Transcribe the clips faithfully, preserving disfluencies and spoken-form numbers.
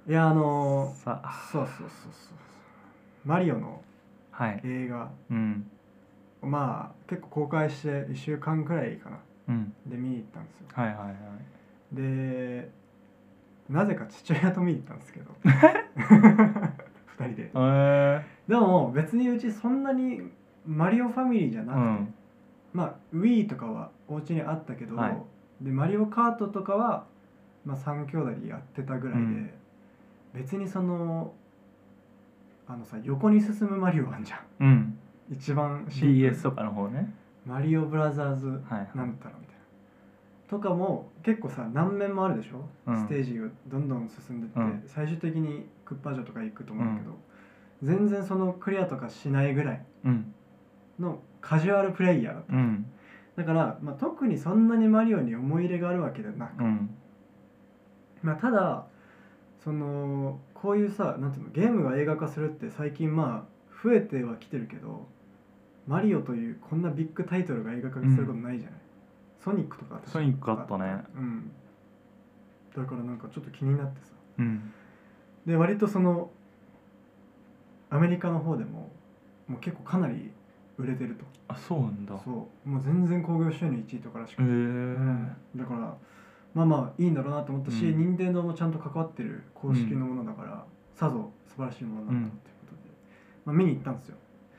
いやあのさそうそうそうそうマリオのはい映画、 うんまあ結構公開していっしゅうかんくらいかなうんで見に行ったんですよ。 はいはいはいでなぜか父親と見に行ったんですけどふたりで。 えー、 でも別にうちそんなにマリオファミリーじゃなくて、 うんまあ Wii とかはお家にあったけど、 はいでマリオカートとかは、まあ、さん兄弟でやってたぐらいで、 うん、 別にそのあのさ横に進むマリオあんじゃん、 うん、 一番シンプルディーエス とかの方ね。 マリオブラザーズはいはいなんたらみたいなとかも結構さ何面もあるでしょ、 うん、 ステージをどんどん進んでって、 うん最終的にクッパ城とか行くと思うんだけど、全然そのクリアとかしないぐらいうんのカジュアルプレイヤーだった、 うんだから、まあ、特にそんなにマリオに思い入れがあるわけではなく、 うんまあ、ただそのこういうさなんていうのゲームが映画化するって最近まあ増えてはきてるけど、マリオというこんなビッグタイトルが映画化することないじゃない、ソニックとか確かソニックあったね。 うんだからなんかちょっと気になってさ、 うんで割とそのアメリカの方でももう結構かなり売れてると。 あそうなんだ。 そうもう全然興行収入いちいとからしくて、 へえうんだからまあまあいいんだろうなと思ったし、 うん任天堂もちゃんと関わってる公式のものだから、さぞ素晴らしいものなんだろうということで、まあ、見に行ったんですよ。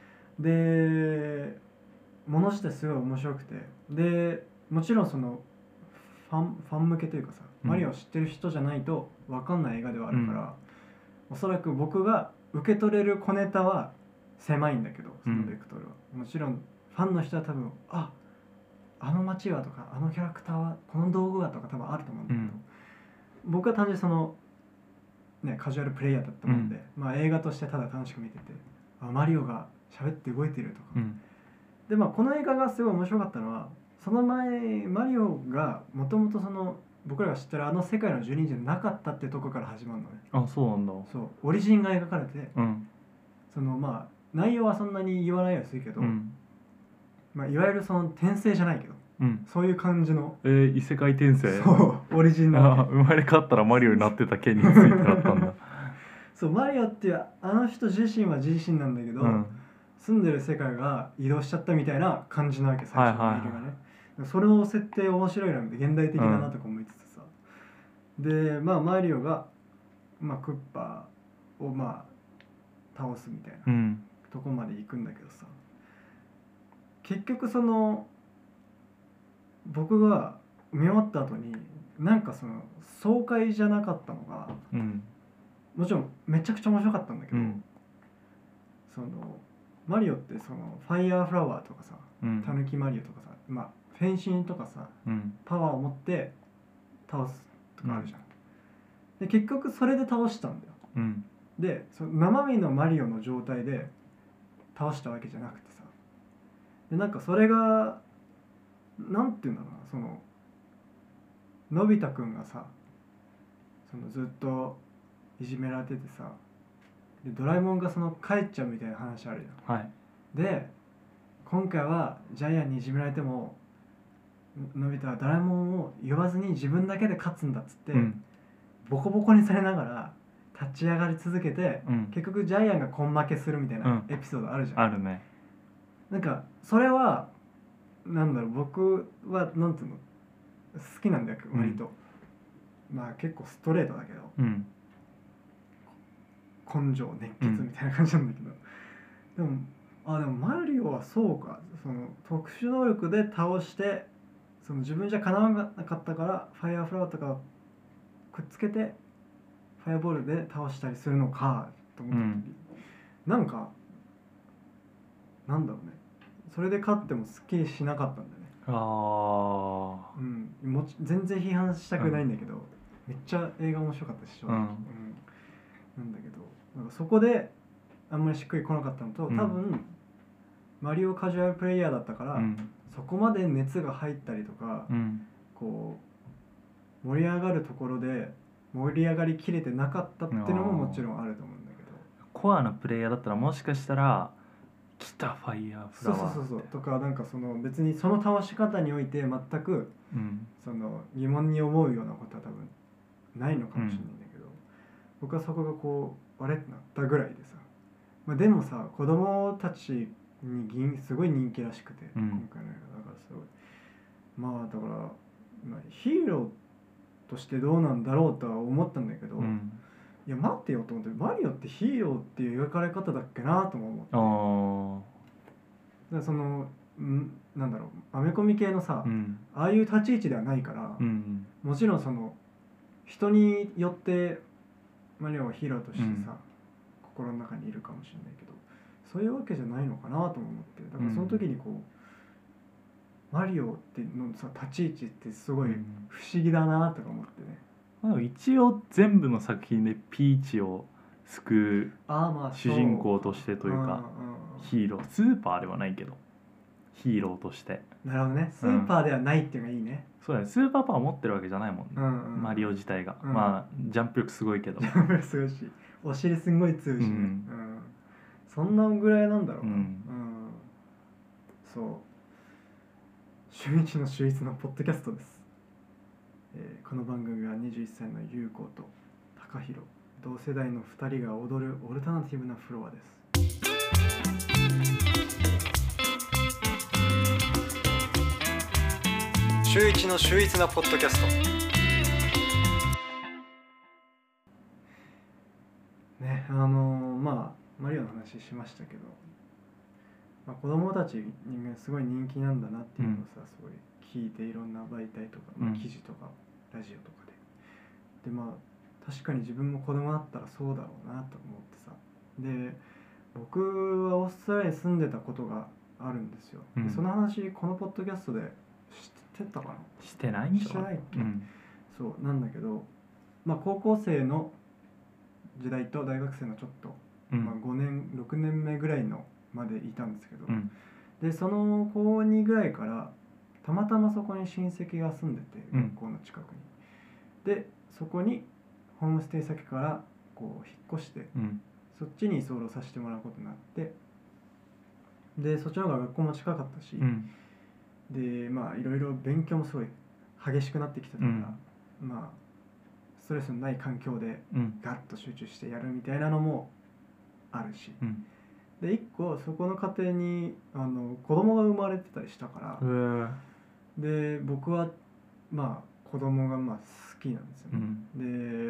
でもの自体すごい面白くて、でもちろんそのファンファン向けというかさ、 うんマリオを知ってる人じゃないと分かんない映画ではあるから、 うんおそらく僕が受け取れる小ネタは狭いんだけど、そのベクトルは、もちろんファンの人は多分ああの街はとかあのキャラクターはこの道具はとか多分あると思うんだけど、 うん僕は単純にそのねカジュアルプレイヤーだったもんで、まあ映画としてただ楽しく見てて、あマリオが喋って動いてるとか、 うんでまあこの映画がすごい面白かったのは、その前マリオがもともとその僕らが知ってるあの世界の住人じゃなかったってとこから始まるのね。 あそうなんだ。 そうオリジンが描かれて、 うんそのまあ内容はそんなに言わないようにするけど、 うんまあ、いわゆるその転生じゃないけどうんそういう感じのえー、異世界転生。 そうオリジンなわあけ。 生まれ変わったらマリオになってた件についてだったんだ。 そうマリオっていうあの人自身は自身なんだけど、 うん住んでる世界が移動しちゃったみたいな感じなわけ、最初のメールがね、 はいはいはそれの設定面白いなって現代的だなとか思いつつさ、でまあマリオが、まあ、クッパをまあ倒すみたいなうんとこまで行くんだけどさ、結局その僕が見終わった後になんかその爽快じゃなかったのが、 うんもちろんめちゃくちゃ面白かったんだけど、 うんそのマリオってそのファイヤーフラワーとかさ、 うんタヌキマリオとかさ、まあフェンシンとかさうんパワーを持って倒すとかあるじゃん、で結局それで倒したんだよ。 うんでその生身のマリオの状態で倒したわけじゃなくてさ、でなんかそれがなんていうんだろうな、そののび太くんがさそのずっといじめられててさ、でドラえもんがその帰っちゃうみたいな話あるじゃん。 はいで今回はジャイアンにいじめられてものび太はドラえもんを呼ばずに自分だけで勝つんだっつって、 うんボコボコにされながら立ち上がり続けて、 うん結局ジャイアンが根負けするみたいなうんエピソードあるじゃん、 あるね。 なんかそれはなんだろう、僕はなんていうの好きなんだよ割と、まあ結構ストレートだけどうん根性熱血みたいな感じなんだけど、でもあでもマリオはそうか、その特殊能力で倒してその自分じゃかなわなかったからファイアーフラワーとかをくっつけてファイアボールで倒したりするのかと思った時、 うんなんかなんだろうね、それで勝ってもすっきりしなかったんだよね。 ああうんもち全然批判したくないんだけど、めっちゃ映画面白かったし正直、 うんうんなんだけどなんかそこであんまりしっくりこなかったのと、多分、 うん、 マリオカジュアルプレイヤーだったから、 うんそこまで熱が入ったりとか、 うんこう盛り上がるところで盛り上がりきれてなかったっていうのももちろんあると思うんだけど、 コアなプレイヤーだったらもしかしたら来たファイヤーフそうラワーそうそうそうとか、なんかその別にその倒し方において全くうんその疑問に思うようなことは多分ないのかもしれないんだけど、 僕はそこがこうあれってなったぐらいでさ、まあ、でもさ子供たちに銀すごい人気らしくて、 うん今回の映画だからすごいまあだから、まあ、ヒーローとしてどうなんだろうとは思ったんだけど、 うんいや待ってよと思ってマリオってヒーローっていう描かれ方だっけなとも思ってあだからそのんなんだろうアメコミ系のさ、 あうんああいう立ち位置ではないから、 うんもちろんその人によってマリオはヒーローとしてさ、 うん、 心の中にいるかもしれないけどそういうわけじゃないのかなとも思ってだからその時にこう、マリオってのさ立ち位置ってすごい不思議だなとか思ってね、 まあ、一応全部の作品でピーチを救うああまあ主人公としてというかうんうんうんヒーロースーパーではないけどヒーローとしてなるほどねスーパーではないっていうのがいいね、 そうだねスーパーパワー持ってるわけじゃないもんね、 うんうん、 マリオ自体が、 うんまあジャンプ力すごいけどすごいしお尻すんごい強いしね、 うんうんそんなぐらいなんだろうな、 うんうんそう週一の週一のポッドキャストです、えーこの番組はにじゅういっさいの優子と高弘同世代のふたりが踊るオルタナティブなフロアです。週一の秀逸なポッドキャストね、あのー、まあマリオの話しましたけど、まあ、子供たちにすごい人気なんだなっていうのをさ、すごい聞いていろんな媒体とか、まあ、記事とか、ラジオとかででまあ確かに自分も子供だったらそうだろうなと思ってさで僕はオーストラリアに住んでたことがあるんですよ、 うん、 でその話このポッドキャストで知ってたかなしてないんじゃしてないっけ、 うん、 そうなんだけど、まあ、高校生の時代と大学生のちょっと、 うんまあ、ごねんろくねんめぐらいのまでいたんですけど、 うん、 でその高にぐらいからたまたまそこに親戚が住んでて学校の近くに、でそこにホームステイ先からこう引っ越して、 うん、 そっちに居候させてもらうことになってでそっちの方が学校も近かったし、 うん、 でまあいろいろ勉強もすごい激しくなってきてたから、 うん、 まあストレスのない環境でうんガッと集中してやるみたいなのもあるし、 うん、 で一個そこの家庭にあの子供が生まれてたりしたから、で僕はまあ子供がまあ好きなんですよね、うん、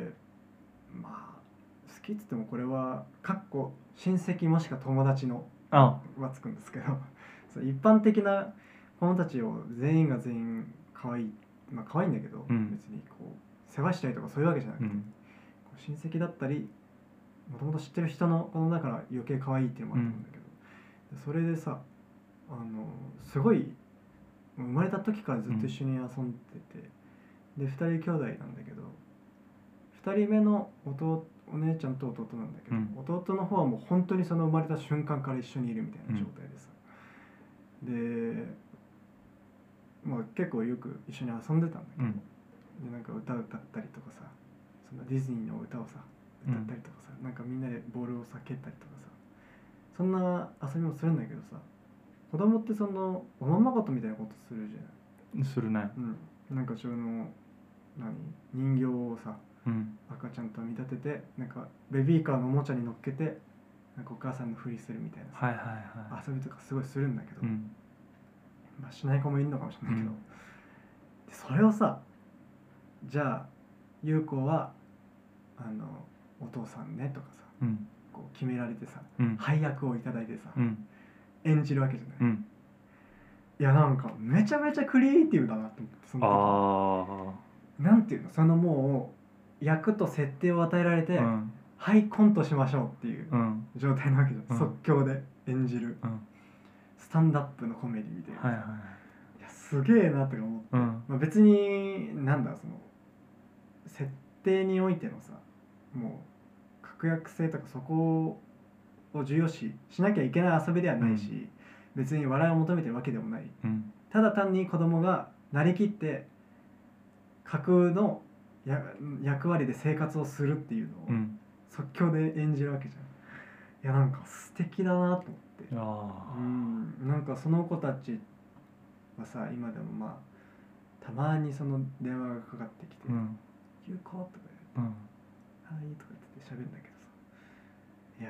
でまあ好きっつってもこれはかっこ親戚もしくは友達のはつくんですけどそう一般的な子供たちを全員が全員可愛いまあ可愛いんだけど、うん、別にこう世話したりとかそういうわけじゃなくて、うん、親戚だったりもともと知ってる人の子供だから余計可愛いっていうのもあると思うんだけど、うん、それでさあのすごい生まれた時からずっと一緒に遊んでて、うん、でふたり兄弟なんだけどふたりめの弟お姉ちゃんと弟なんだけど、うん、弟の方はもう本当にその生まれた瞬間から一緒にいるみたいな状態でさ、うん、で、まあ、結構よく一緒に遊んでたんだけど、うん、でなんか歌歌ったりとかさそのディズニーの歌をさ歌ったりとかさ、うん、なんかみんなでボールをさ蹴ったりとかさそんな遊びもするんだけどさ子供ってそのおままごとみたいなことするじゃないするね、 うん、なんかその何人形をさうん、 赤ちゃんと見立ててなんかベビーカーのおもちゃに乗っけてなんかお母さんのふりするみたいなさ、 はいはいはい、 遊びとかすごいするんだけど、 うんまあ、しない子もいるのかもしれないけど、 うん、 でそれをさじゃあ優子はあのお父さんねとかさ、 うん、 こう決められてさ、 うん、 配役をいただいてさ、 うん、 演じるわけじゃない、 うん、 いやなんかめちゃめちゃクリエイティブだなと思ってその時なんていうのそのもう役と設定を与えられて、うん、はいコントしましょうっていう状態なわけじゃん、うん、即興で演じる、うん、スタンダップのコメディみたいな、はいはい、いやすげえなとか思って、うんまあ、別になんだその設定においてのさもう確約性とかそこを重要視しなきゃいけない遊びではないし、うん、別に笑いを求めてるわけでもない、うん、ただ単に子供がなりきって架空のや役割で生活をするっていうのを即興で演じるわけじゃん。いやなんか素敵だなと思って、 あうんなんかその子たちはさ今でもまあたまにその電話がかかってきて「ゆうこ」とか言って「はい」とか言ってて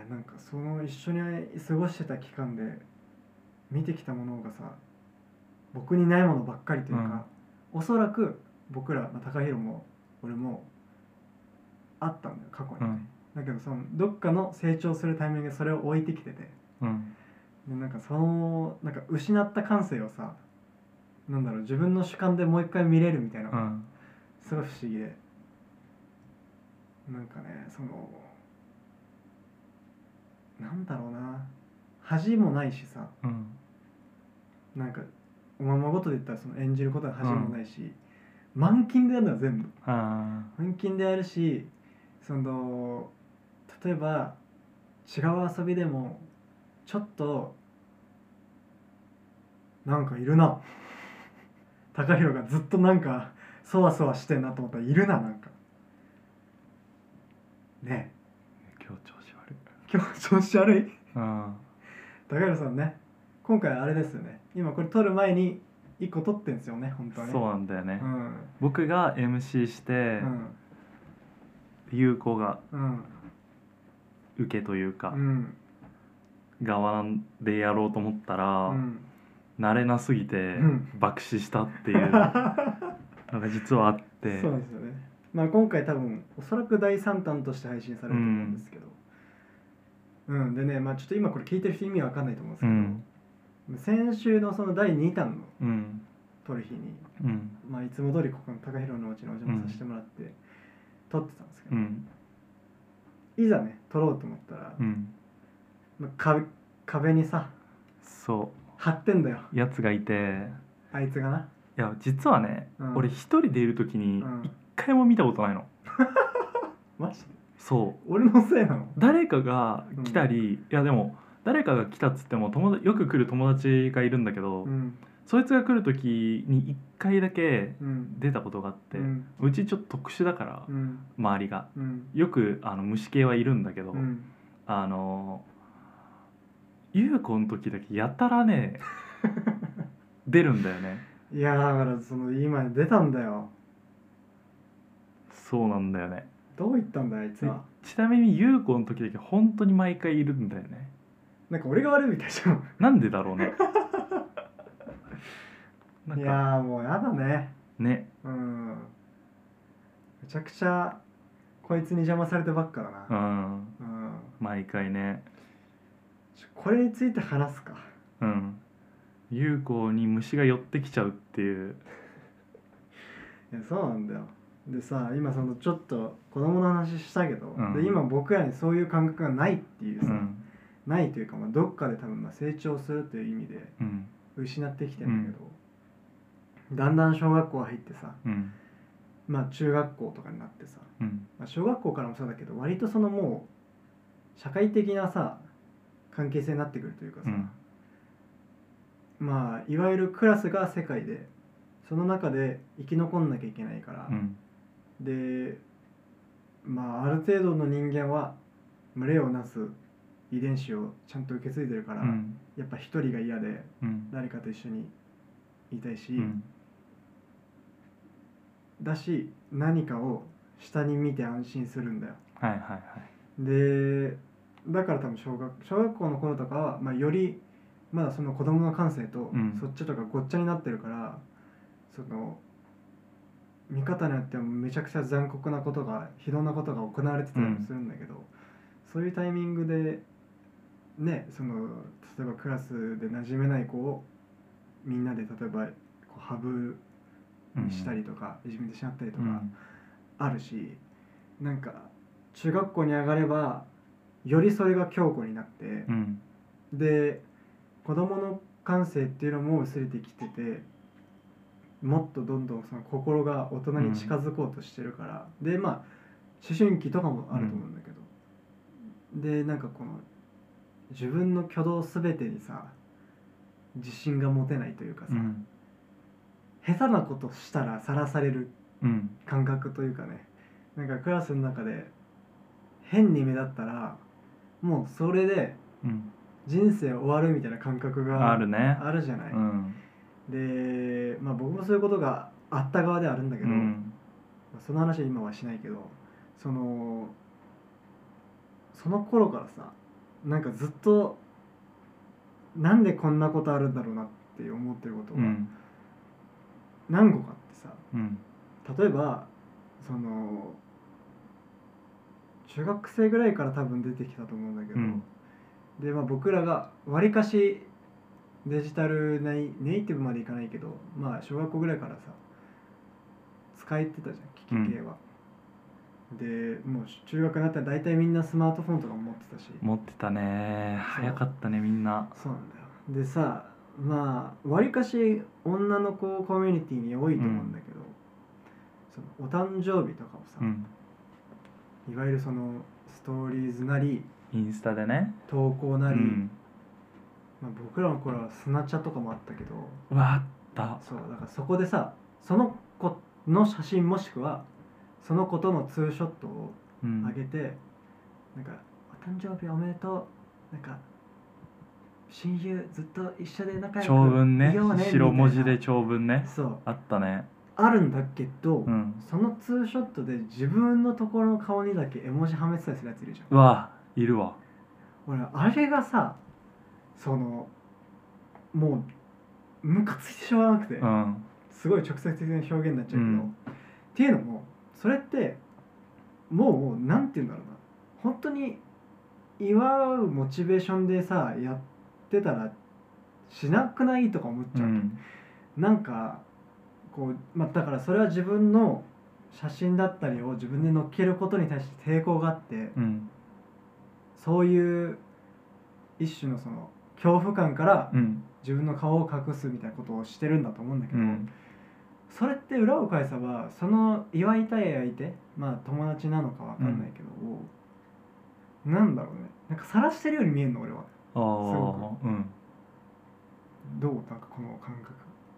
なんかその一緒に過ごしてた期間で見てきたものがさ僕にないものばっかりというか、おそらく僕ら、まあ、高弘も俺もあったんだよ過去に、 うんだけどそのどっかの成長するタイミングでそれを置いてきてて、 うんでなんかそのなんか失った感性をさなんだろう自分の主観でもう一回見れるみたいなのがうんすごい不思議で、なんかねそのなんだろうな恥もないしさ、 うんなんかおままごとで言ったらその演じることは恥もないし、満勤でやるのは全部あ満勤でやるし、その例えば違う遊びでもちょっとなんかいるな高弘がずっとなんかそわそわしてんなと思ったらいるな、なんかねー今日調子悪い。 今日調子悪いうん高弘さんね、今回あれですよね、今これ撮る前にいっこ撮ってんですよね本当はね。 そうなんだよね、 うん僕が エムシー して、 うん優子がうん受けというか、 うん側でやろうと思ったら、 うん慣れなすぎてん爆死したっていうのが実はあってそうですよね。まあ今回多分おそらくだいさん弾として配信されると思うんですけど、うん、でね、まあちょっと今これ聞いてる人意味わかんないと思うんですけど、 うん先週のそのだいに弾のうん撮る日に、 うんまあいつも通りここの高弘のうちにお邪魔させてもらって撮ってたんですけど、 うんいざね撮ろうと思ったら、 うんまあ、壁壁にさそ貼ってんだようやつがいて、 あいつがな。 いや実はね、 うん俺一人でいる時にうん一回も見たことないの。 マジでそう俺のせいなの？ 誰かが来たり、いやでも誰かが来たっつっても友達よく来る友達がいるんだけど、 うんそいつが来る時に一回だけうん出たことがあって、 ううんうちちょっと特殊だから、 うん周りがうんよくあの虫系はいるんだけど、 うんあの優子の時だけやたらね出るんだよね。 いやだからその今出たんだよ。 そうなんだよね。 どう言ったんだあいつでは。 ちなみに優子の時だけ本当に毎回いるんだよね。 なんか俺が悪いみたいじゃん。 なんでだろうね。なんいかやーもうやだね。 ね、 うんめちゃくちゃこいつに邪魔されてばっかだうな。 ん、 うん毎回ね。 ちょこれについて話すか。 うん優子に虫が寄ってきちゃうっていう。 いやそうなんだよ。でさ今そのちょっと子供の話したけど、 うんで今僕らにそういう感覚がないっていうさ、 うんないというか、まあ、どっかで多分まあ成長するという意味でうん失ってきてるんだけど、だんだん小学校入ってさ、 うんまあ中学校とかになってさ、 うんまあ、小学校からもそうだけど割とそのもう社会的なさ関係性になってくるというかさ、 うんまあいわゆるクラスが世界でその中で生き残んなきゃいけないから、 うんでまあある程度の人間は群れをなす遺伝子をちゃんと受け継いでるから、 うんやっぱ一人が嫌でうん誰かと一緒にいたいし、 うんだし何かを下に見て安心するんだよ。 はいはいはいでだから多分小学小学校の頃とかは、まあ、よりまだその子供の感性とうんそっちとかごっちゃになってるから、その見方によってはめちゃくちゃ残酷なことが非道なことが行われてたりもするんだけど、そういうタイミングでねその例えばクラスで馴染めない子をみんなで例えばこうハブにしたりとか、いじめてしまったりとかうんあるし、なんか中学校に上がればよりそれが強固になって、 うんで子供の感性っていうのも薄れてきてて、もっとどんどんその心が大人に近づこうとしてるから、でまあ思春期とかもあると思うんだけど、でなんかこの自分の挙動全てにさ自信が持てないというかさ、 うん下手なことしたらさらされるうん感覚というかね、なんかクラスの中で変に目立ったらもうそれでうん人生終わるみたいな感覚があるね。 あるじゃない。 うんでまあ僕もそういうことがあった側ではあるんだけど、 うんその話は今はしないけど、そのその頃からさなんかずっとなんでこんなことあるんだろうなって思ってることがうん何個かあってさ、 うん例えばその中学生ぐらいから多分出てきたと思うんだけど、 うんで、まあ、僕らがわりかしデジタルネイ、ネイティブまでいかないけど、まあ小学校ぐらいからさ使えてたじゃん機器系は、でもう中学になったら大体みんなスマートフォンとかも持ってたし、 持ってたね。 そう早かったねみんな。 そうなんだよ。でさ、まあわりかし女の子コミュニティに多いと思うんだけど、そのお誕生日とかをさ、 うんいわゆるそのストーリーズなりインスタでね。 投稿なり、 うんまあ、僕らの頃はスナチャとかもあったけど、 うわあった。 そうだからそこでさその子の写真もしくはその子とのツーショットをうん上げて、なんかお誕生日おめでとう、なんか親友ずっと一緒で仲良く長文ねいようねみたいな、 白文字で長文ねそうあったね。 あるんだけど、 うんそのツーショットで自分のところの顔にだけ絵文字はめてたりするやついるじゃん。 うわいるわ。 俺あれがさそのもうムカついてしょうがなくて、 うんすごい直接的な表現になっちゃうけど、 うんっていうのもそれってもうなんて言うんだろうな、本当に祝うモチベーションでさやってたらしなくないとか思っちゃう、 うんなんかこう、まあ、だからそれは自分の写真だったりを自分で載っけることに対して抵抗があって、 うんそういう一種のその恐怖感からうん自分の顔を隠すみたいなことをしてるんだと思うんだけど、 うんそれって裏を返せばその祝いたい相手、まあ友達なのかわかんないけど、うん、なんだろうね、なんか晒してるように見えるの俺は。 ああうんどうなんかこの感覚。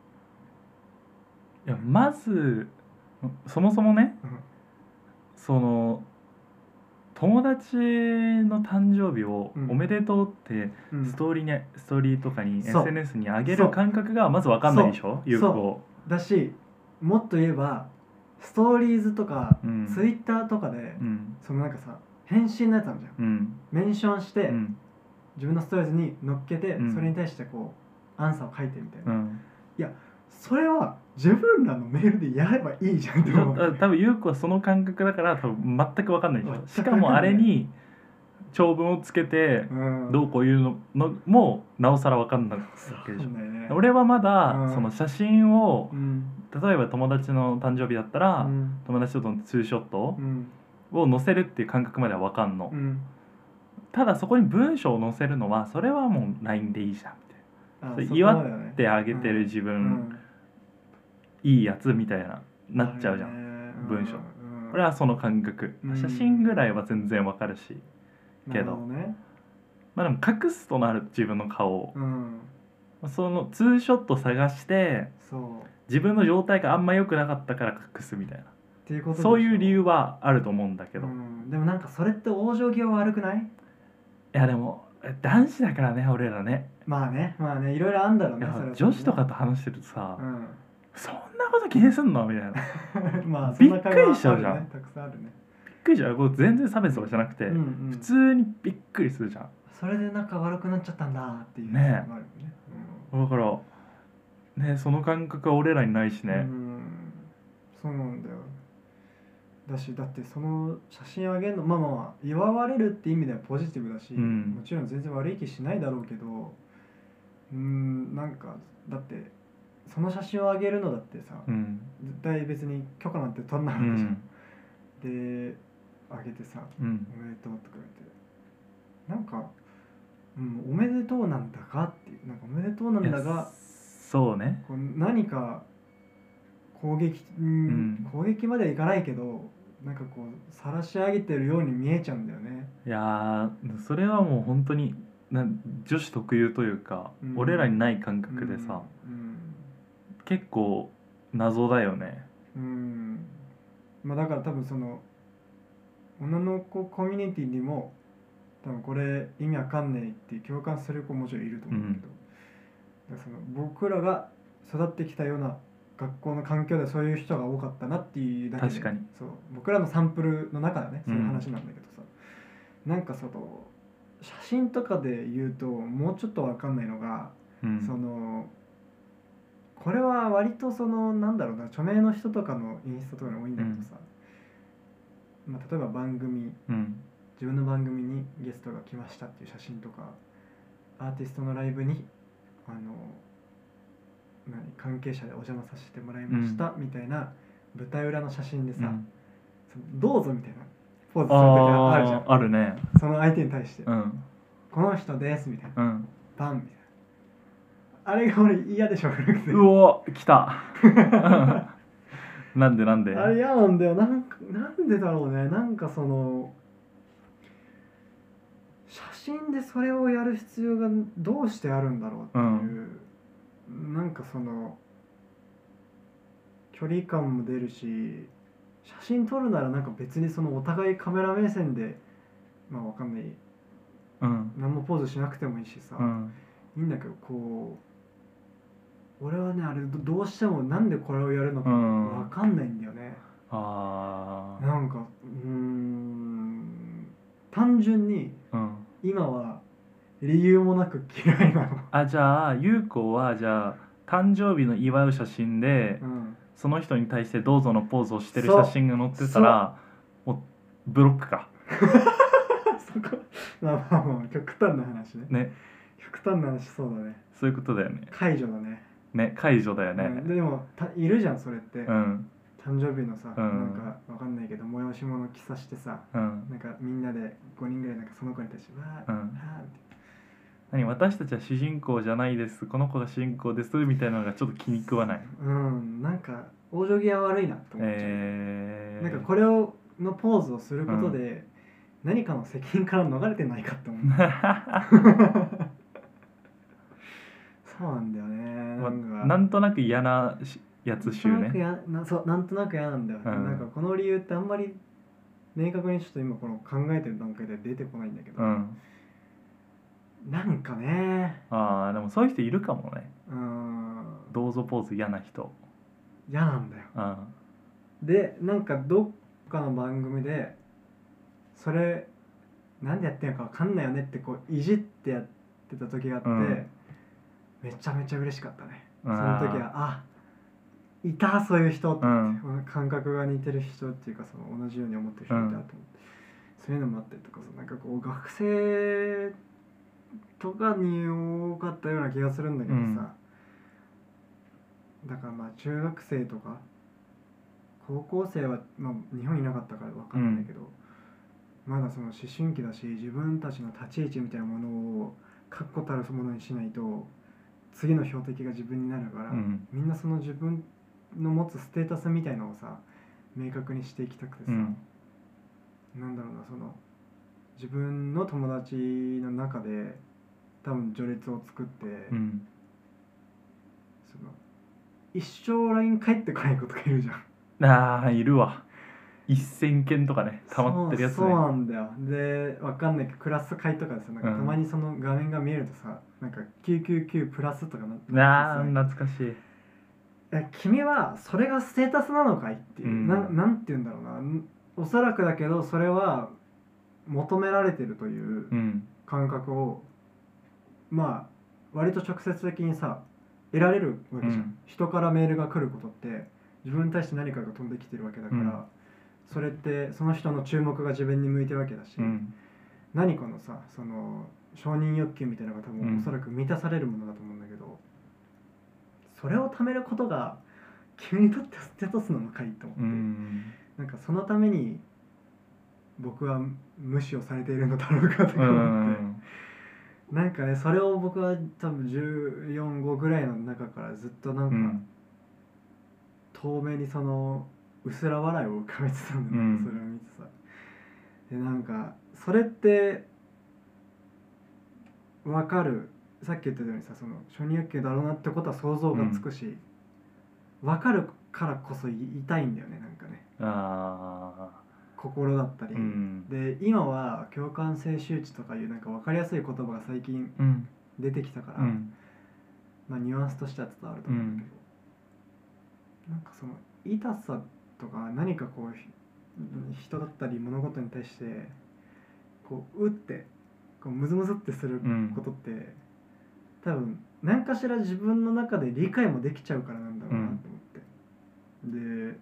いやまずそもそもねうんその友達の誕生日をうんおめでとうってうんストーリーに、ストーリーとかにそうエスエヌエス に上げる感覚がまず分かんないでしょ、有効。 だし、もっと言えばストーリーズとか、 うんツイッターとかで、 うんそのなんかさ返信のやつあるじゃん、 うんメンションして、 うん自分のストーリーズに乗っけて、 うんそれに対してこうアンサーを書いてみたいな、 うんそれは自分らのメールでやればいいじゃんって思う。 た多分優子はその感覚だから多分全く分かんないでしょ。 全くしかもあれに長文をつけてうんどうこういうののもなおさら分かんないわけでしょ。 わかんないね。 俺はまだうんその写真をうん例えば友達の誕生日だったうらん友達とのツーショットうんを載せるっていう感覚までは分かんのう。んただそこに文章を載せるのはそれはもう ライン でいいじゃんみあたいな。 そこ祝までだねってあげてる自う分んいいやつみたいななっちゃうじゃん。 ん文章うん俺はその感覚うん写真ぐらいは全然わかるし、けどなるほねまあでも隠すとなる自分の顔をうんそのツーショット探してそう自分の状態があんま良くなかったから隠すみたいなっていうことでしょ。 そういう理由はあると思うんだけど、いうんでもなんかそれって往生際悪くない？ やでも男子だからね俺らね。 まあねまあねいろいろあんだろういやねそれは女子とかと話してるとさ、 うそんなこと気にすんのみたいなびっんまあそんな会話びっくりしちゃうじゃんあるねたくさんあるね。 くりしちゃう。これ全然差別とかじゃなくて、 うんうん普通にびっくりするじゃん。 それで仲悪くなっちゃったんだっていうねえのもあるよね。 だからねその感覚は俺らにないしね。 うんうんそうなんだよ。だしだってその写真あげるのまあまあまあ祝われるって意味ではポジティブだし、 うんもちろん全然悪い気しないだろうけど、うーんなんかだってその写真をあげるのだってさ、 うん絶対別に許可なんて取んないわうけじゃん。 んであげてさうんおめでとうとか言ってなんか、うん、おめでとうなんだかっていうなんかおめでとうなんだいやがそうね。 こう何か攻撃、うんうん攻撃まではいかないけどなんかこう晒し上げてるように見えちゃうんだよね。 いやーそれはもう本当にな女子特有というか、 うん俺らにない感覚でさ、 うん結構謎だよね。 うん、うんまあだから多分その女の子コミュニティにも多分これ意味わかんねえって共感する子もちろんいると思うけど、だからその僕らが育ってきたような学校の環境でそういう人が多かったなっていうだけで確かにそう僕らのサンプルの中だねそういう話なんだけどさ、なんかその写真とかで言うともうちょっと分かんないのが、 うんそのこれは割とそのなんだろうな、著名の人とかのインスタとかに多いんだけどさ、まあ、例えば番組うん自分の番組にゲストが来ましたっていう写真とか、アーティストのライブにあの何関係者でお邪魔させてもらいましたみたいな舞台裏の写真でさ、 うんそのどうぞみたいなポーズする時あるじゃん。 あーあるね。 その相手に対して、 うんこの人ですみたいな、 うんバンみたいな、あれが俺嫌でしょうがなくて、 うお来たなんでなんであれ嫌なんだよ。なんかなんでだろうね。なんかその写真でそれをやる必要がどうしてあるんだろうっていう、うん、なんかその距離感も出るし、写真撮るならなんか別にそのお互いカメラ目線でまあわかんない、 うん何もポーズしなくてもいいしさ、 うんいいんだけど、こう俺はねあれ ど, どうしてもなんでこれをやるのかうんわかんないんだよね。 ああなんかうーん単純にうん今は理由もなく嫌いなの。 あじゃあ優子はじゃあ誕生日の祝う写真で、 うん、 その人に対してどうぞのポーズをしてるそう写真が載ってたらもうブロックかそこまあまあまあ極端な話ね。 ね。 極端な話、そうだね。 そういうことだよね。 解除だね。 ね解除だよね。 うん、でもたいるじゃんそれって、 うん、 誕生日のさ、 うんなんかわかんないけど催し物着さしてさ、 うんなんかみんなでごにんぐらいなんかその子に対してわー、 うんわーって何私たちは主人公じゃないです、この子が主人公ですみたいなのがちょっと気に食わない。 うんなんか往生際悪いなって思っちゃう、 えー、 なんかこれをのポーズをすることで、何かの責任から逃れてないかって思うそうなんだよね。 まなんかなんとなく嫌なしやつ集なんとなくね。 やなそうなんとなく嫌なんだよ、 うんなんかこの理由ってあんまり明確にちょっと今この考えてる段階では出てこないんだけど、 うんなんかね、 ああでもそういう人いるかもね。 うーんどうぞポーズ嫌な人。 嫌なんだよ。 うんでなんかどっかの番組でそれなんでやってんのか分かんないよねってこういじってやってた時があって、 うんめちゃめちゃ嬉しかったね。そあーの時はあいたそういう人って、 うん感覚が似てる人っていうかその同じように思ってる人いたと思って、そういうのもあったりとかさ、なんかこう学生とかに多かったような気がするんだけどさ、だからまあ中学生とか高校生は、まあ、日本いなかったから分かんないんだけど、まだその思春期だし自分たちの立ち位置みたいなものを確固たるものにしないと次の標的が自分になるから、 うんみんなその自分の持つステータスみたいのをさ明確にしていきたくてさ、 うんなんだろうな、その自分の友達の中で多分序列を作って、 うんその一生 ライン 返ってこない子とかいるじゃん。 ああいるわ。一千件とかね溜まってるやつね。 そうそうなんだよ。でわかんないけどクラス会とかでさ、なんかたまにその画面が見えるとさ、なんかきゅうきゅうきゅうプラスとかなってああ懐かしい。 え君はそれがステータスなのかいっていう、 うんななんて言うんだろうな、おそらくだけどそれは求められてるといううん感覚を、まあ割と直接的にさ得られるわけじゃん、 うん、 人からメールが来ることって自分に対して何かが飛んできてるわけだから、 うんそれってその人の注目が自分に向いてるわけだし、 うん、 何かのさその承認欲求みたいなのが多うん分おそらく満たされるものだと思うんだけど、それを貯めることが君にとってステータスなのかいと思って、 うん、 なんかそのために僕は無視をされているのだろうかとかう思って、 んなんかねそれを僕は多分じゅうよん、ごぐらいの中からずっとなんか、 うん遠目にその薄ら笑いを浮かべてたんだよね、 うんそれを見てさ。でなんかそれって分かる、さっき言ったようにさ、その承認欲求だろうなってことは想像がつくし、分かるからこそ痛いんだよね、なんかねあ心だったり、 ーうんで今は共感性周知とかいうなんか分かりやすい言葉が最近うん出てきたから、 うんまあニュアンスとしては伝わると思うんだけど、なんかその痛さとか何かこうひ人だったり物事に対してこううってこうムズムズってするうんことって、多分何かしら自分の中で理解もできちゃうからなんだろうなと思って、で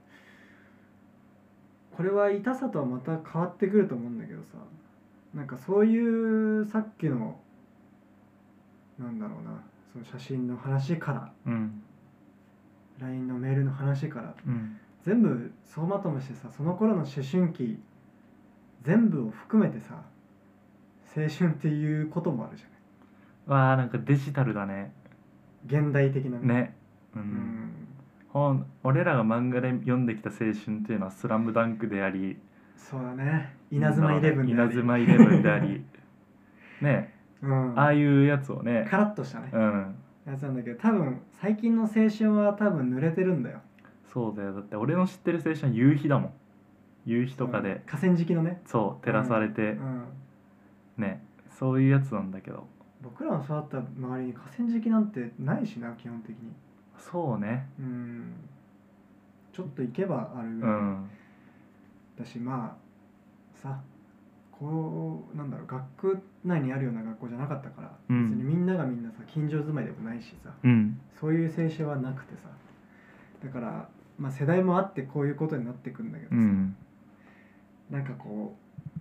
これは痛さとはまた変わってくると思うんだけどさ、なんかそういうさっきのなんだろうな、その写真の話から、 うんライン のメールの話からうん全部総まとめしてさ、その頃の思春期全部を含めてさ、青春っていうこともあるじゃわあなんかデジタルだねない、現代的なねううんん、 本俺らが漫画で読んできた青春っていうのはスラムダンクでありそうだね、稲妻イレブンであり、 稲妻イレブンでありねうんああいうやつをねカラッとしたね、 うんやつなんだけど、多分最近の青春は多分濡れてるんだよ。 そうだよだって俺の知ってる青春は夕日だもん夕日とかで河川敷のね、 そう照らされてうんうんねそういうやつなんだけど僕らの育った周りに河川敷なんてないしな、基本的に。 そうねうんちょっと行けばあるぐらいうんだし、まあさ、こうなんだろう、学区内にあるような学校じゃなかったから、 うん別にみんながみんなさ近所住まいでもないしさ、 うんそういう青春はなくてさ、だからまあ世代もあってこういうことになってくんだけどさ、 うんなんかこ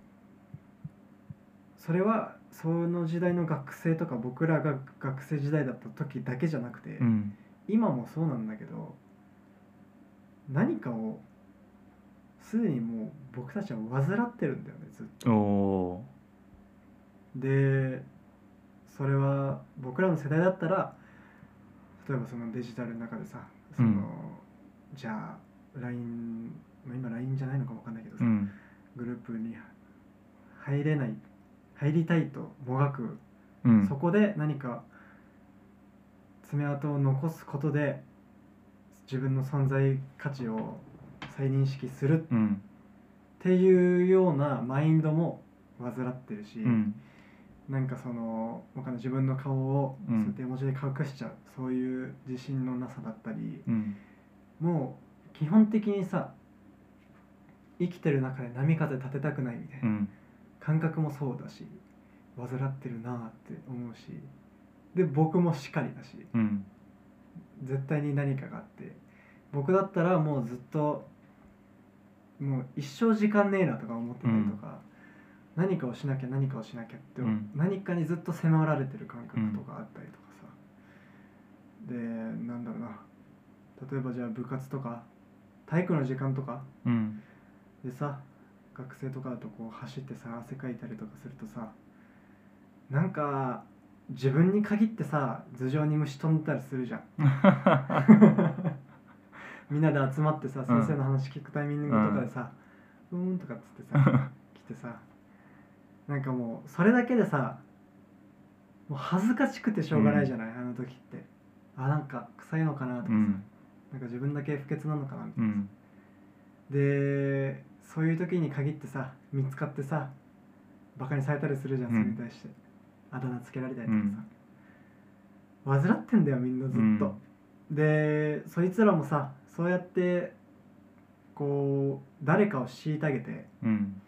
うそれはその時代の学生とか僕らが学生時代だった時だけじゃなくて、 うん今もそうなんだけど、何かをすでにもう僕たちは患ってるんだよね、ずっと。 おおでそれは僕らの世代だったら、例えばそのデジタルの中でさ、その、 うんじゃあ ライン、まあ、今 ライン じゃないのかもわかんないけどさ、 うんグループに入れない入りたいともがく、 うんそこで何か爪痕を残すことで自分の存在価値を再認識するうんっていうようなマインドも患ってるし、 うんなんかそのわかんない、自分の顔をうんそうやって絵文字で隠しちゃう、そういう自信のなさだったり、 うんもう基本的にさ、生きてる中で波風立てたくないみたいなうん感覚もそうだし、患ってるなって思うし、で僕もしかりだし、 うん絶対に何かがあって、僕だったらもうずっともう一生時間ねえなとか思ってたりとか、何かをしなきゃ何かをしなきゃって、 うん何かにずっと迫られてる感覚とかあったりとかさ、でなんだろうな、例えばじゃあ部活とか体育の時間とかうんでさ、学生とかだとこう走ってさ汗かいたりとかするとさ、なんか自分に限ってさ頭上に虫飛んでたりするじゃんみんなで集まってさ、先生の話聞くタイミングとかでさ、うーんとかっつってさ来てさ、なんかもうそれだけでさ、もう恥ずかしくてしょうがないじゃない、あの時って。あ、なんか臭いのかなとかさ、 うんなんか自分だけ不潔なのかなみたいな、 うんでそういう時に限ってさ見つかってさバカにされたりするじゃん、 うんそれに対してあだ名つけられたりとかさ、患ってんだよみんなずっと、でそいつらもさそうやってこう誰かを虐げてうん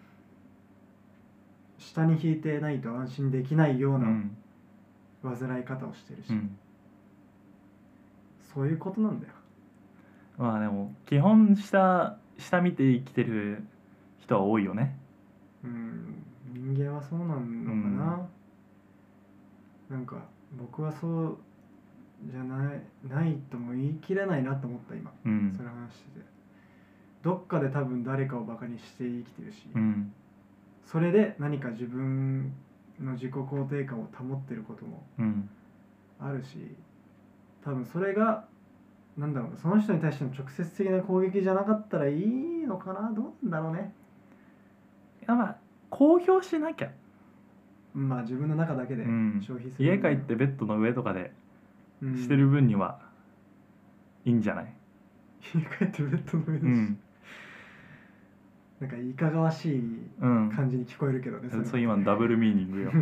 下に引いてないと安心できないよううなん患い方をしてるし、 うんそういうことなんだよ。 まあでも基本下下見て生きてる人は多いよねうん人間はそうなのかな、なんか僕はそうじゃないないとも言い切れないなと思った今、 うんそれ話してて、どっかで多分誰かをバカにして生きてるし、 うんそれで何か自分の自己肯定感を保ってることもうんあるし、多分それがなんだろうな、その人に対しての直接的な攻撃じゃなかったらいいのかな、どうなんだろうね。 いやまあ公表しなきゃまあ自分の中だけでうん消費する、 家帰ってベッドの上とかでうんしてる分にはいいんじゃない家帰ってベッドの上でし、 うんなんかいかがわしいうん感じに聞こえるけどね、れそう今のダブルミーニングよ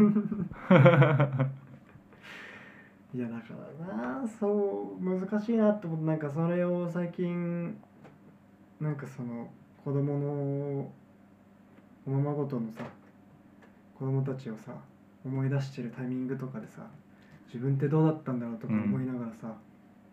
いやだからな、そう難しいなって思って、なんかそれを最近なんかその子供のおままごとのさ子供たちをさ思い出してるタイミングとかでさ、自分ってどうだったんだろうとか思いながらさ、うん、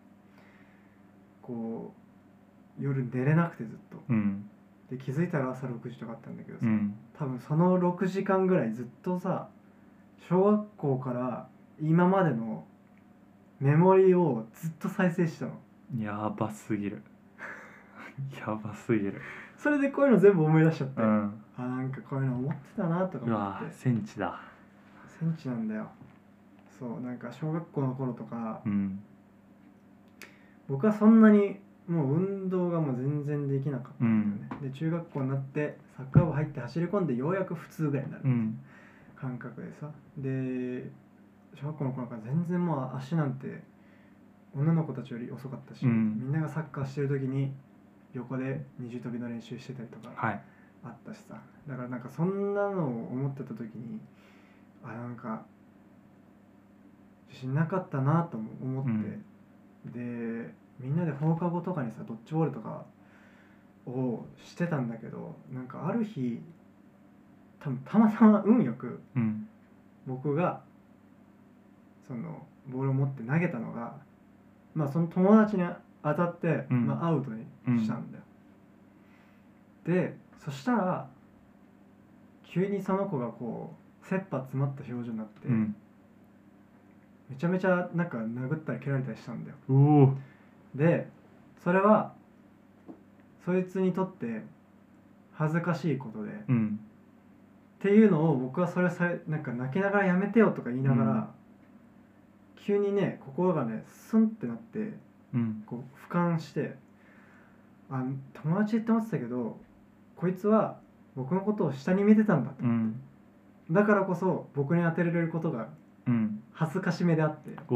こう夜寝れなくてずっと、 うん、 で気づいたら朝ろくじとかあったんだけどさ、 うん、 多分そのろくじかんぐらいずっとさ、小学校から今までのメモリーをずっと再生したの。 やばすぎるやばすぎる。 それでこういうの全部思い出しちゃって、 うん、 あ、なんかこういうの思ってたなとか思うわって。 センチだ。 センチなんだよ。そうなんか小学校の頃とか、 うん、 僕はそんなにもう運動がもう全然できなかったんだよね、うん、で中学校になってサッカー部入って走り込んでようやく普通ぐらいになる感覚でさ、で小学校の頃から全然もう足なんて女の子たちより遅かったし、うん、みんながサッカーしてる時に横で二重跳びの練習してたりとかあったしさ、はい、だからなんかそんなのを思ってた時に、あ、なんか自信なかったなと思って、うん、でみんなで放課後とかにさドッジボールとかをしてたんだけど、なんかある日多分たまたま運よく、うん、僕がそのボールを持って投げたのが、まあその友達に当たって、うん、まあ、アウトにしたんだよ、うん、でそしたら急にその子がこう切羽詰まった表情になって、うん、めちゃめちゃなんか殴ったり蹴られたりしたんだよ。 おでそれはそいつにとって恥ずかしいことで、うん、っていうのを僕はそれさなんか泣きながらやめてよとか言いながら、うん、急にね心がねスンってなって、うん、こう俯瞰して、あ、友達って思ってたけどこいつは僕のことを下に見てたんだと思って、うん、だからこそ僕に当てられることが恥ずかしめであって、 うん、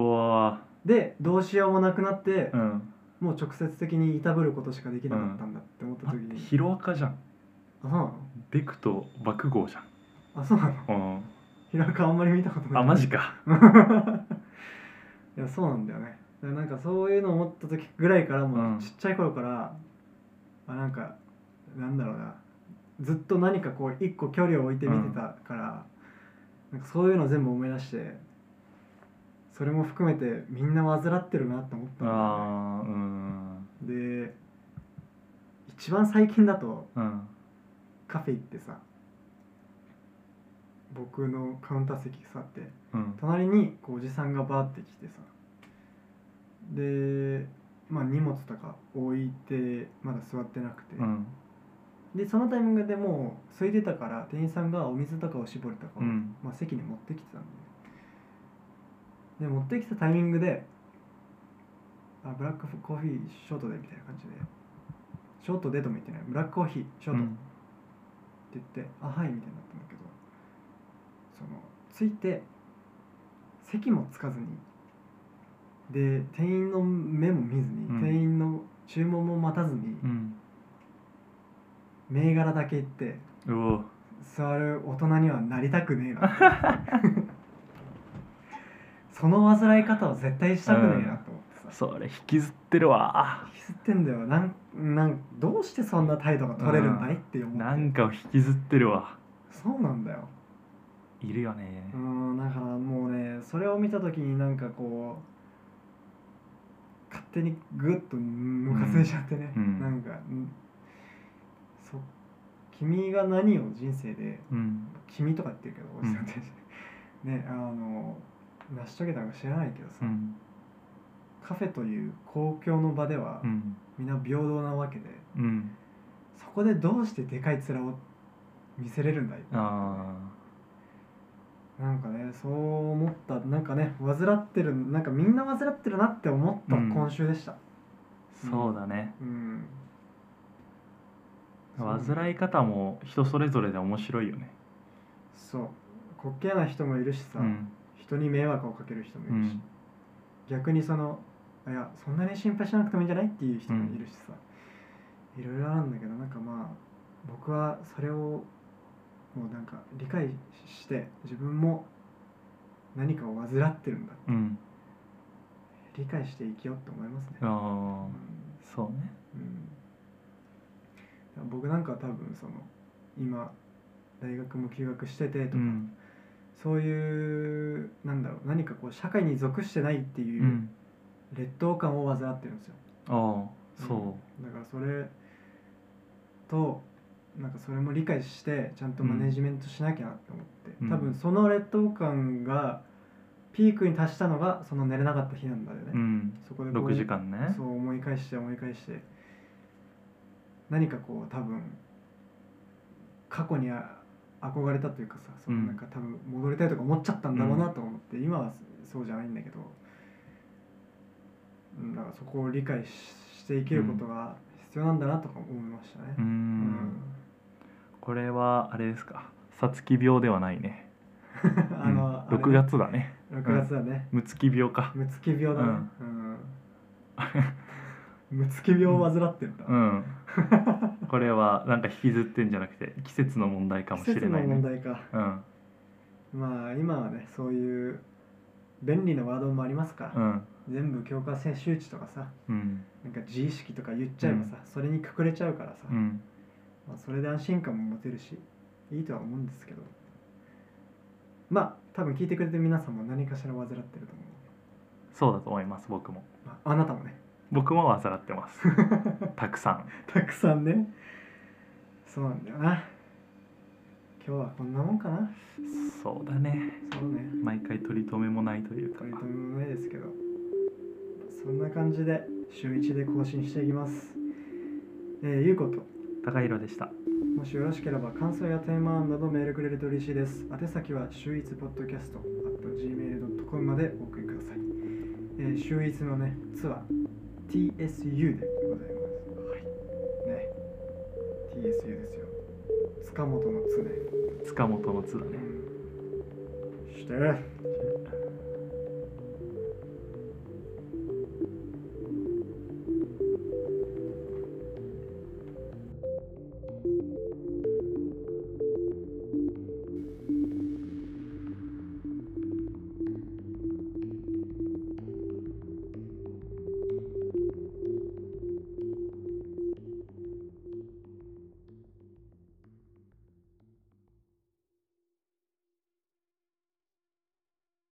でどうしようもなくなって、 うん、 もう直接的にいたぶることしかできなかったんだって思った時に、 うん、ヒロアカじゃん。 あ、そうなの？ ベクと爆豪じゃん。 あ、そうなの？うん、ヒロアカあんまり見たことない。 あ、マジかいや、そうなんだよね。だからなんかそういうの思った時ぐらいからもうちっちゃい頃から、うん、あ、なんかなんだろうな、ずっと何かこう一個距離を置いて見てたから、うん、なんかそういうの全部思い出して、それも含めてみんな患ってるなって思ったんだよね。 あ、うん、 で一番最近だと、 うん、 カフェ行ってさ、僕のカウンター席座って、うん、隣にこうおじさんがバーって来てさ、で、まあ、荷物とか置いてまだ座ってなくて、うん、でそのタイミングでもう空いてたから店員さんがお水とかおしぼりとかを、うん、まあ、席に持ってきてたんで、で持ってきたタイミングで、あ、ブラックコーヒーショートでみたいな感じで、ショートでとも言ってない、ブラックコーヒーショートって言って、うん、あ、はいみたいになったんだけど、そのついて席もつかずに、で店員の目も見ずに、うん、店員の注文も待たずに、うん、銘柄だけ言って座る大人にはなりたくねえなその煩い方は絶対したくねえなと思ってさ、 うん、それ引きずってるわ。 引きずってんだよ。なんなんどうしてそんな態度が取れるんだいって思って、うん、 なんかを引きずってるわ。 そうなんだよ。 いるよね。 うん、だからもうね、それを見た時になんかこう勝手にグッとムカついちゃってね、うん、なんか、うん、そ君が何を人生で、うん、君とか言ってるけどおじさんって、うん、ね、あの成し遂げたのか知らないけどさ、うん、カフェという公共の場では、うん、みんな平等なわけで、うん、そこでどうしてでかい面を見せれるんだいって、あ、なんかね、そう思った。なんかね、患ってる、なんかみんな患ってるなって思った今週でした、 うん、そうだね、 うん、 患い方も人それぞれで面白いよね。 そう、滑稽な人もいるしさ、うん、人に迷惑をかける人もいるし、うん、逆にその、いやそんなに心配しなくてもいいんじゃないっていう人もいるしさ、うん、いろいろあるんだけど、なんかまあ僕はそれをもうなんか理解して自分も何かを患ってるんだって、うん、理解して生きようって思いますね。 あ、うん、そうね、 うん、僕なんか多分その今大学も休学しててとか、うん、 そういうなんだろう何かこう社会に属してないってういうん劣等感を患ってるんですよ。 ああそうんだからそれとなんかそれも理解してちゃんとマネジメントしなきゃなって思って、 うん多分その劣等感がピークに達したのがその寝れなかった日なんだよね、 ううんそこでこうろくじかんねそう思い返して思い返して何かこう多分過去にあ憧れたというかさそのなんか多分戻りたいとか思っちゃったんだろうなと思って、今はそうじゃないんだけど、うんだからそこを理解しして生きることが必要なんだなとか思いましたね。 うーんこれはあれですかさつき病ではないねあの、 うんあれねろくがつだねろくがつだね、 むつき病かむつき病だね、うんむつき病を患ってんだ、 うんこれはなんか引きずってんじゃなくて季節の問題かもしれない季節の問ね題か。 うんまあ今はねそういう便利なワードもありますから、 うん全部教科書周知とかさうんなんか自意識とか言っちゃえばさ、それにくくれちゃうからさ、 うんまあ、それで安心感も持てるしいいとは思うんですけど、まあ多分聞いてくれてる皆さんも何かしら患ってると思う、 そうだと思います僕もまあ、あなたもね僕も患ってますたくさんたくさんねそうなんだよな。今日はこんなもんかな。 そうだねそうね毎回取り留めもないというか取り留めもないですけどそんな感じで週いちで更新していきます。えー、ゆうこと高弘でしたもしよろしければ感想やテーマ案などメールくれると嬉しいです。宛先は週一ポッドキャスト at ジーメールドットコム までお送りください。えー、週一のね、ツは ティーエスユー でございます。はい。ね。ティーエスユー ですよ。塚本のつね。 塚本の津だねうん。して。